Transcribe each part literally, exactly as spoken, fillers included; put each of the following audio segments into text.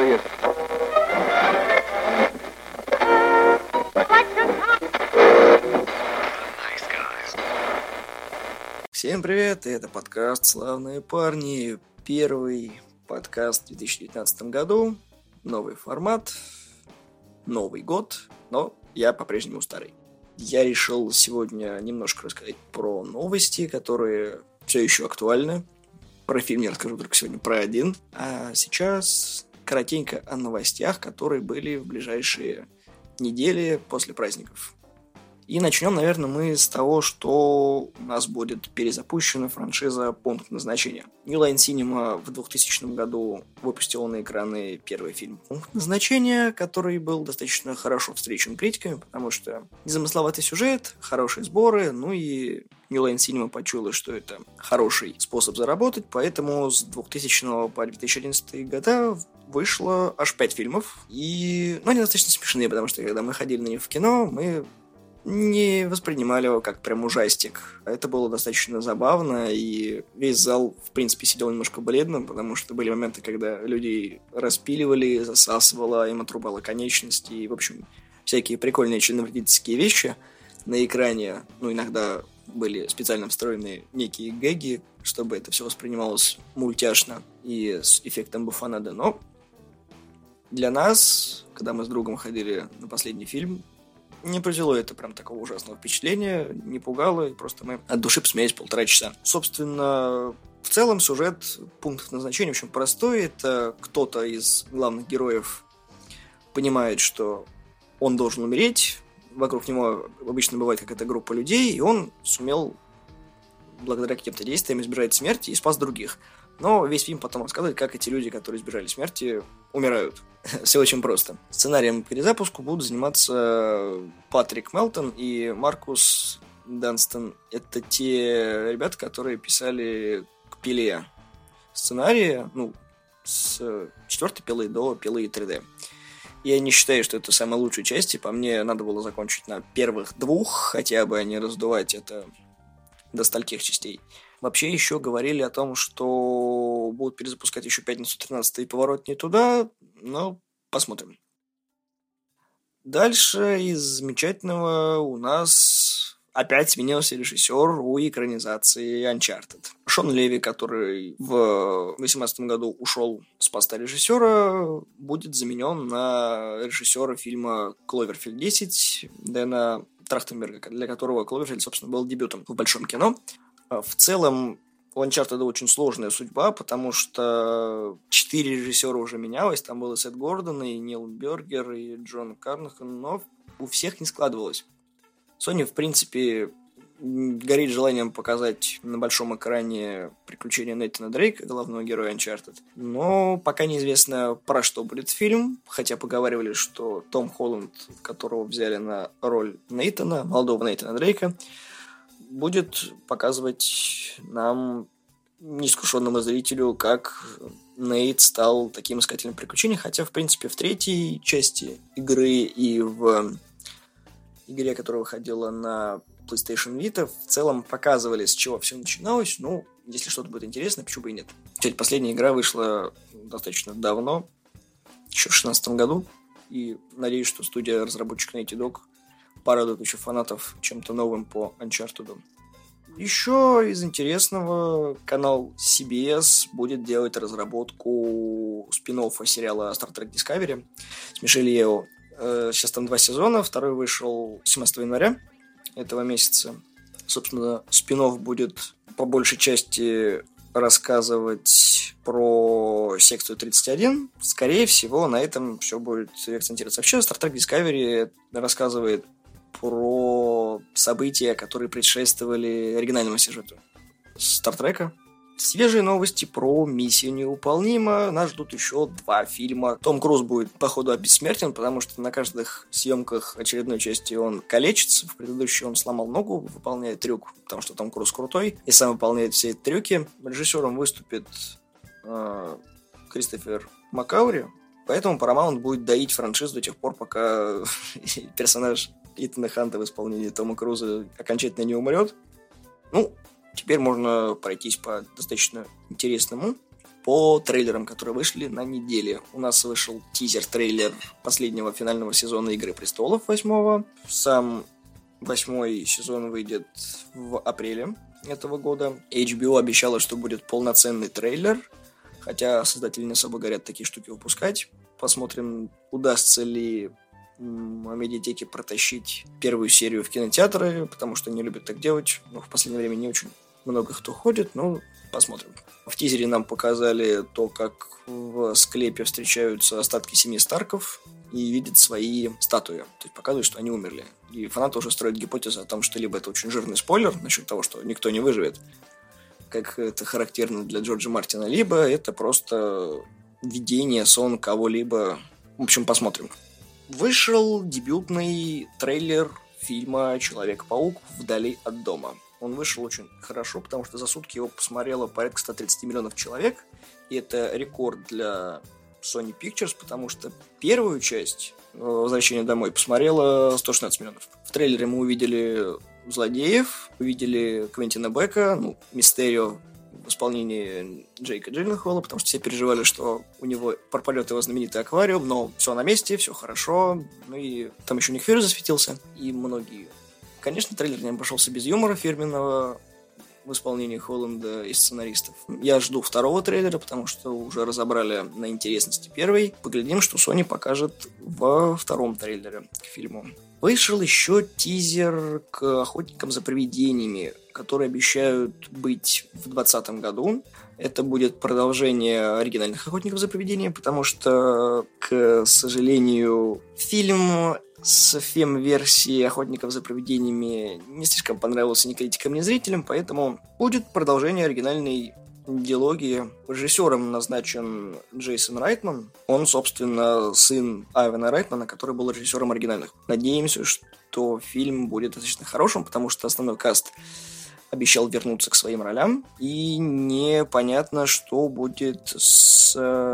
serious. Всем привет, это подкаст «Славные парни», первый подкаст в две тысячи девятнадцатом году, новый формат, Новый год, но я по-прежнему старый. Я решил сегодня немножко рассказать про новости, которые все еще актуальны. Про фильм я расскажу только сегодня про один, а сейчас коротенько о новостях, которые были в ближайшие недели после праздников. И начнем, наверное, мы с того, что у нас будет перезапущена франшиза «Пункт назначения». New Line Cinema в двухтысячном году выпустила на экраны первый фильм «Пункт назначения», который был достаточно хорошо встречен критиками, потому что незамысловатый сюжет, хорошие сборы, ну и New Line Cinema почуяла, что это хороший способ заработать, поэтому с двухтысячного по две тысячи одиннадцатый года вышло аж пять фильмов, и ну, они достаточно смешные, потому что когда мы ходили на них в кино, мы не воспринимали его как прям ужастик. Это было достаточно забавно, и весь зал, в принципе, сидел немножко бледным, потому что были моменты, когда людей распиливали, засасывало, им отрубало конечности, и, в общем, всякие прикольные членовредительские вещи на экране. Ну, иногда были специально встроены некие гэги, чтобы это все воспринималось мультяшно и с эффектом буфонады. Но для нас, когда мы с другом ходили на последний фильм, не произвело это прям такого ужасного впечатления, не пугало, и просто мы от души посмеялись полтора часа. Собственно, в целом сюжет «Пункт назначения» очень простой. Это кто-то из главных героев понимает, что он должен умереть, вокруг него обычно бывает какая-то группа людей, и он сумел благодаря каким-то действиям избежать смерти и спас других. Но весь фильм потом рассказывает, как эти люди, которые избежали смерти, умирают. Все очень просто. Сценарием к перезапуску будут заниматься Патрик Мелтон и Маркус Данстон. Это те ребята, которые писали к Пиле сценарии, ну, с четвертой пилы до пилы три дэ. Я не считаю, что это самые лучшие части. По мне, надо было закончить на первых двух, хотя бы, а не раздувать это до стольких частей. Вообще еще говорили о том, что будут перезапускать еще «Пятницу тринадцатое» и «Поворот не туда», но посмотрим. Дальше из замечательного у нас опять сменился режиссер у экранизации Uncharted. Шон Леви, который в две тысячи восемнадцатом году ушел с поста режиссера, будет заменен на режиссера фильма «Кловерфилд десять» Дэна Трахтенберга, для которого «Кловерфилд», собственно, был дебютом в большом кино. В целом, у Uncharted очень сложная судьба, потому что четыре режиссера уже менялось. Там был и Сет Гордон, и Нил Бергер, и Джон Карнахан, но у всех не складывалось. Sony, в принципе, горит желанием показать на большом экране приключения Нейтана Дрейка, главного героя Uncharted. Но пока неизвестно, про что будет фильм, хотя поговаривали, что Том Холланд, которого взяли на роль Нейтана, молодого Нейтана Дрейка, будет показывать нам, неискушенному зрителю, как Нейт стал таким искателем приключений, хотя, в принципе, в третьей части игры и в игре, которая выходила на PlayStation Vita, в целом показывали, с чего все начиналось. Ну, если что-то будет интересно, почему бы и нет. Кстати, последняя игра вышла достаточно давно, еще в две тысячи шестнадцатом году, и надеюсь, что студия-разработчик Naughty Dog порадует еще фанатов чем-то новым по Uncharted. Еще из интересного, канал си би эс будет делать разработку спин-оффа сериала Star Trek Discovery с Мишель Йео. Сейчас там два сезона, второй вышел семнадцатого января этого месяца. Собственно, спин-офф будет по большей части рассказывать про секцию тридцать один. Скорее всего, на этом все будет акцентироваться. Вообще, Star Trek Discovery рассказывает про события, которые предшествовали оригинальному сюжету Стартрека. Свежие новости про «Миссию невыполнима». Нас ждут еще два фильма. Том Круз будет, походу, обессмертен, потому что на каждых съемках очередной части он калечится. В предыдущей он сломал ногу, выполняет трюк, потому что Том Круз крутой, и сам выполняет все эти трюки. Режиссером выступит э, Кристофер Маккаури, поэтому Paramount будет доить франшизу до тех пор, пока персонаж Итана Ханта в исполнении Тома Круза окончательно не умрет. Ну, теперь можно пройтись по достаточно интересному по трейлерам, которые вышли на неделе. У нас вышел тизер-трейлер последнего финального сезона «Игры престолов» восьмого. Сам восьмой сезон выйдет в апреле этого года. эйч би о обещала, что будет полноценный трейлер, хотя создатели не особо горят такие штуки выпускать. Посмотрим, удастся ли медиатеке протащить первую серию в кинотеатры, потому что они любят так делать. Но в последнее время не очень много кто ходит, но посмотрим. В тизере нам показали то, как в склепе встречаются остатки семьи Старков и видят свои статуи. То есть показывают, что они умерли. И фанаты уже строят гипотезу о том, что либо это очень жирный спойлер насчет того, что никто не выживет, как это характерно для Джорджа Мартина, либо это просто видение, сон кого-либо. В общем, посмотрим. Вышел дебютный трейлер фильма «Человек-паук. Вдали от дома». Он вышел очень хорошо, потому что за сутки его посмотрело порядка сто тридцать миллионов человек. И это рекорд для Sony Pictures, потому что первую часть «Возвращение домой» посмотрело сто шестнадцать миллионов. В трейлере мы увидели злодеев, увидели Квентина Бека, ну, Мистерио в исполнении Джейка Джилленхола, потому что все переживали, что у него пропадет его знаменитый аквариум, но все на месте, все хорошо. Ну и там еще Ник Фьюри засветился, и многие. Конечно, трейлер не обошелся без юмора фирменного в исполнении Холланда и сценаристов. Я жду второго трейлера, потому что уже разобрали на интересности первый. Поглядим, что Sony покажет во втором трейлере к фильму. Вышел еще тизер к «Охотникам за привидениями», которые обещают быть в двадцатом году. Это будет продолжение оригинальных «Охотников за привидениями», потому что, к сожалению, фильм с фем-версией «Охотников за привидениями» не слишком понравился ни критикам, ни зрителям, поэтому будет продолжение оригинальной диалогии. Режиссером назначен Джейсон Райтман. Он, собственно, сын Айвана Райтмана, который был режиссером оригинальных. Надеемся, что фильм будет достаточно хорошим, потому что основной каст обещал вернуться к своим ролям. И непонятно, что будет с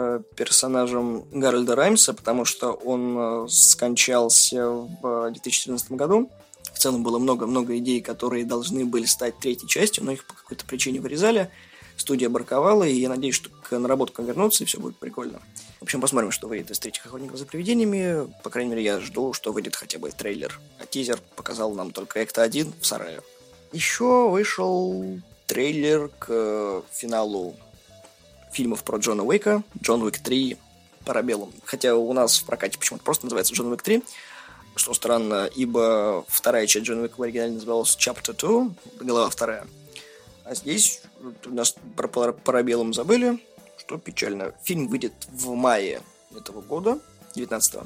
персонажем Гарольда Раймса, потому что он скончался в две тысячи четырнадцатом году. В целом было много-много идей, которые должны были стать третьей частью, но их по какой-то причине вырезали. Студия барковала, и я надеюсь, что к наработкам вернутся, и все будет прикольно. В общем, посмотрим, что выйдет из третьих «Охотников за привидениями». По крайней мере, я жду, что выйдет хотя бы трейлер. А тизер показал нам только Экта один в сарае. Еще вышел трейлер к финалу фильмов про Джона Уика. Джон Уик три Парабеллум. Хотя у нас в прокате почему-то просто называется Джон Уик три. Что странно, ибо вторая часть Джона Уика в оригинале называлась Chapter два, глава вторая. А здесь у нас про Парабеллум забыли, что печально. Фильм выйдет в мае этого года, девятнадцатого.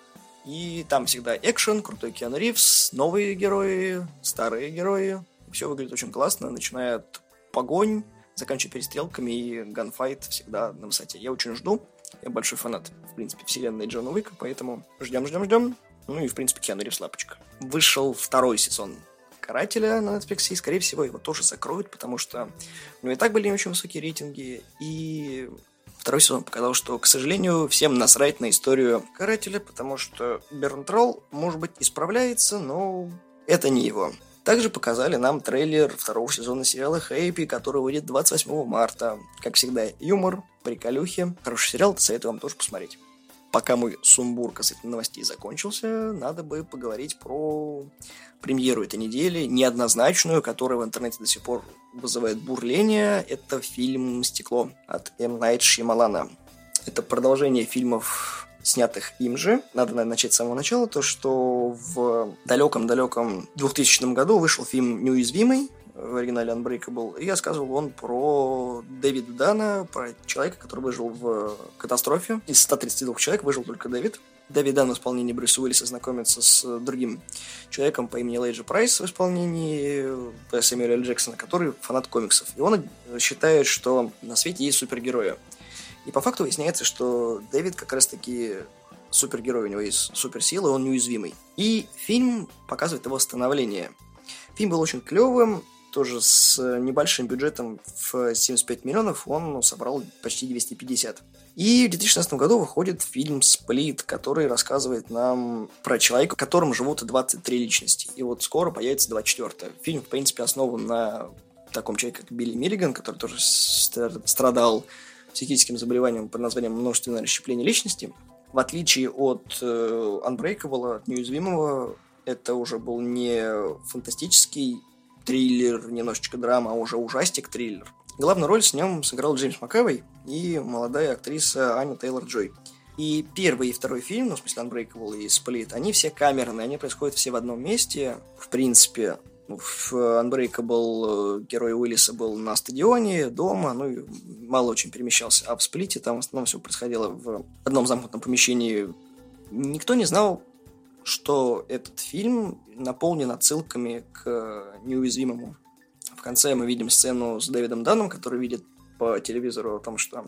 И там всегда экшен, крутой Киану Ривз, новые герои, старые герои. Все выглядит очень классно, начиная от погонь, заканчивая перестрелками, и ганфайт всегда на высоте. Я очень жду. Я большой фанат, в принципе, вселенной Джона Уика, поэтому ждем, ждем, ждем. Ну и, в принципе, Киану Ривз лапочка. Вышел второй сезон «Карателя» на Netflix, и, скорее всего, его тоже закроют, потому что у него и так были очень высокие рейтинги, и второй сезон показал, что, к сожалению, всем насрать на историю «Карателя», потому что Берн Тролл, может быть, исправляется, но это не его. Также показали нам трейлер второго сезона сериала «Хэппи», который выйдет двадцать восьмого марта. Как всегда, юмор, приколюхи. Хороший сериал, советую вам тоже посмотреть. Пока мой сумбур касательно новостей закончился, надо бы поговорить про премьеру этой недели, неоднозначную, которая в интернете до сих пор вызывает бурление. Это фильм «Стекло» от М. Найт Шьямалана. Это продолжение фильмов, снятых им же. Надо, наверное, начать с самого начала. То, что в далеком-далеком двухтысячном году вышел фильм «Неуязвимый», в оригинале Unbreakable, и рассказывал он про Дэвида Дана, про человека, который выжил в катастрофе. Из ста тридцати двух человек выжил только Дэвид. Дэвид Дан в исполнении Брюса Уиллиса знакомится с другим человеком по имени Лейджа Прайс в исполнении Сэмюэля Л. Джексона, который фанат комиксов. И он считает, что на свете есть супергерои. И по факту выясняется, что Дэвид как раз-таки супергерой, у него есть суперсилы, он неуязвимый. И фильм показывает его становление. Фильм был очень клевым, тоже с небольшим бюджетом в семьдесят пять миллионов, он собрал почти двести пятьдесят. И в две тысячи шестнадцатом году выходит фильм «Сплит», который рассказывает нам про человека, в котором живут двадцать три личности. И вот скоро появится двадцать четвёртая. Фильм, в принципе, основан на таком человеке, как Билли Миллиган, который тоже страдал психическим заболеванием под названием множественное расщепление личности. В отличие от э, Unbreakable, от Неуязвимого, это уже был не фантастический триллер, немножечко драма, а уже ужастик-триллер. Главную роль с ним сыграл Джеймс МакЭвой и молодая актриса Аня Тейлор-Джой. И первый и второй фильм, ну, в смысле Unbreakable и Split, они все камерные, они происходят все в одном месте. В принципе, в Unbreakable герой Уиллиса был на стадионе, дома, ну и мало очень перемещался. А в Сплите там в основном все происходило в одном замкнутом помещении. Никто не знал, что этот фильм наполнен отсылками к Неуязвимому. В конце мы видим сцену с Дэвидом Данном, который видит по телевизору о том, что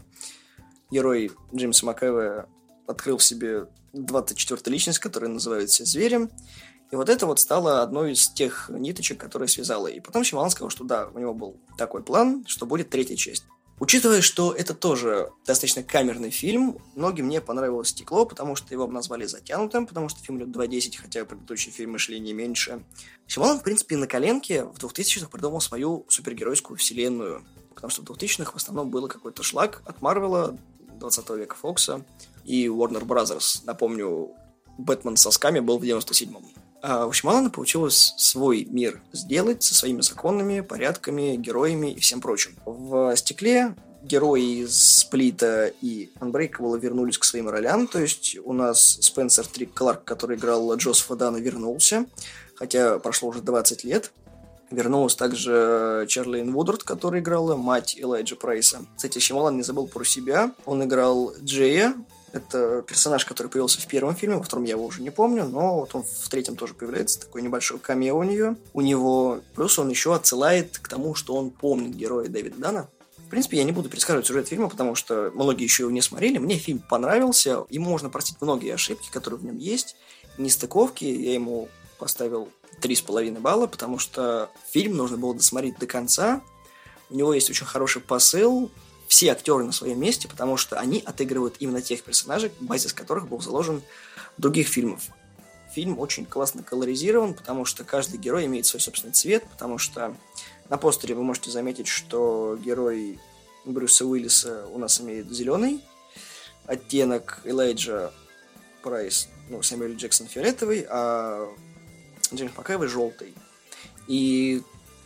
герой Джеймса МакЭвоя открыл в себе двадцать четвёртую личность, которая называется Зверем. И вот это вот стало одной из тех ниточек, которые связала. И потом Шьямалан сказал, что да, у него был такой план, что будет третья часть. Учитывая, что это тоже достаточно камерный фильм, многим не понравилось «Стекло», потому что его назвали затянутым, потому что фильм идет два десять, хотя предыдущие фильмы шли не меньше. Шьямалан, в принципе, на коленке в двухтысячных придумал свою супергеройскую вселенную, потому что в двухтысячных в основном было какой-то шлак от Марвела, двадцатого века Фокса и Warner Brothers. Напомню, «Бэтмен со сками» был в девяносто седьмом. А у Шьямалана получилось свой мир сделать со своими законами, порядками, героями и всем прочим. В «Стекле» герои из «Сплита» и Unbreakable вернулись к своим ролям, то есть у нас Спенсер Трик Кларк, который играл Джозефа Дана, вернулся, хотя прошло уже двадцать лет. Вернулась также Чарлейн Вудард, которая играла мать Элайджа Прайса. Кстати, Шьямалан не забыл про себя. Он играл Джея. Это персонаж, который появился в первом фильме, во втором я его уже не помню, но вот он в третьем тоже появляется, такой небольшой камео у нее. У него, плюс он еще отсылает к тому, что он помнит героя Дэвида Дана. В принципе, я не буду пересказывать сюжет фильма, потому что многие еще его не смотрели. Мне фильм понравился, ему можно простить многие ошибки, которые в нем есть, нестыковки. Я ему поставил три с половиной балла, потому что фильм нужно было досмотреть до конца. У него есть очень хороший посыл. Все актеры на своем месте, потому что они отыгрывают именно тех персонажей, базис которых был заложен в других фильмах. Фильм очень классно колоризирован, потому что каждый герой имеет свой собственный цвет, потому что на постере вы можете заметить, что герой Брюса Уиллиса у нас имеет зеленый оттенок, Элайджа Прайс, ну, Сэмюэл Джексон фиолетовый, а Джеймс МакЭвой желтый. И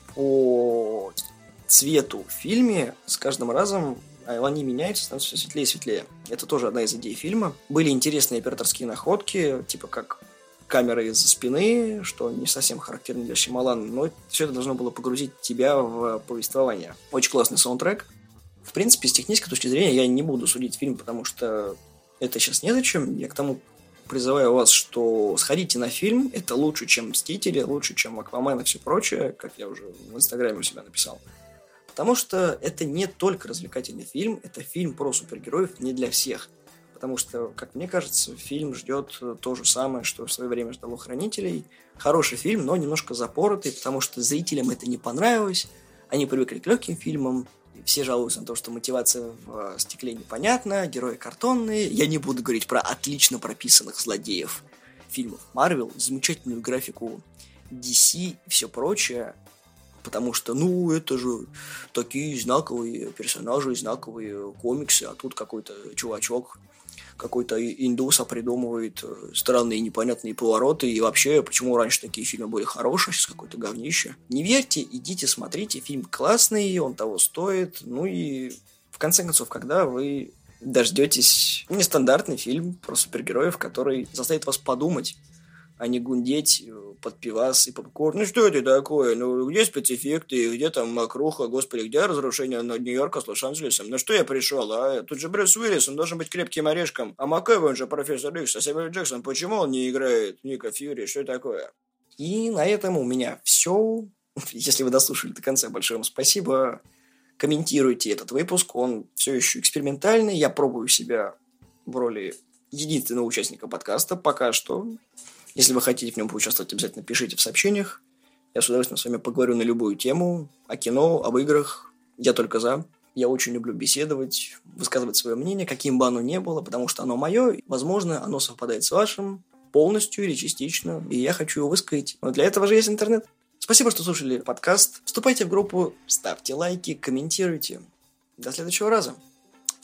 по цвету в фильме с каждым разом они меняются, становятся все светлее и светлее. Это тоже одна из идей фильма. Были интересные операторские находки, типа как камера из-за спины, что не совсем характерно для Шьямалана, но все это должно было погрузить тебя в повествование. Очень классный саундтрек. В принципе, с технической точки зрения я не буду судить фильм, потому что это сейчас незачем. Я к тому призываю вас, что сходите на фильм, это лучше, чем «Мстители», лучше, чем «Аквамен» и все прочее, как я уже в Инстаграме у себя написал. Потому что это не только развлекательный фильм, это фильм про супергероев не для всех. Потому что, как мне кажется, фильм ждет то же самое, что в свое время ждало «Хранителей». Хороший фильм, но немножко запоротый, потому что зрителям это не понравилось. Они привыкли к легким фильмам. Все жалуются на то, что мотивация в «Стекле» непонятна, герои картонные. Я не буду говорить про отлично прописанных злодеев фильмов Marvel, замечательную графику ди си и все прочее. Потому что, ну, это же такие знаковые персонажи, знаковые комиксы, а тут какой-то чувачок, какой-то индуса придумывает странные непонятные повороты, и вообще, почему раньше такие фильмы были хорошие, сейчас какое-то говнище. Не верьте, идите, смотрите, фильм классный, он того стоит, ну и в конце концов, когда вы дождетесь нестандартный фильм про супергероев, который заставит вас подумать, а не гундеть под пивас и попкорн. Ну что это такое? Ну где спецэффекты? Где там макруха? Господи, где разрушение над Нью-Йорком с Лос-Анджелесом? На что я пришел, а? Тут же Брюс Уиллис, он должен быть крепким орешком. А МакЭвой, он же профессор Икс. А Сэмюэл Джексон, почему он не играет Ника Фьюри? Что такое? И на этом у меня все. Если вы дослушали до конца, большое вам спасибо. Комментируйте этот выпуск. Он все еще экспериментальный. Я пробую себя в роли единственного участника подкаста пока что. Если вы хотите в нем поучаствовать, обязательно пишите в сообщениях. Я с удовольствием с вами поговорю на любую тему. О кино, об играх. Я только за. Я очень люблю беседовать, высказывать свое мнение, каким бы оно ни было, потому что оно мое. Возможно, оно совпадает с вашим полностью или частично. И я хочу его высказать. Но для этого же есть интернет. Спасибо, что слушали подкаст. Вступайте в группу, ставьте лайки, комментируйте. До следующего раза. Всем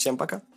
Всем пока.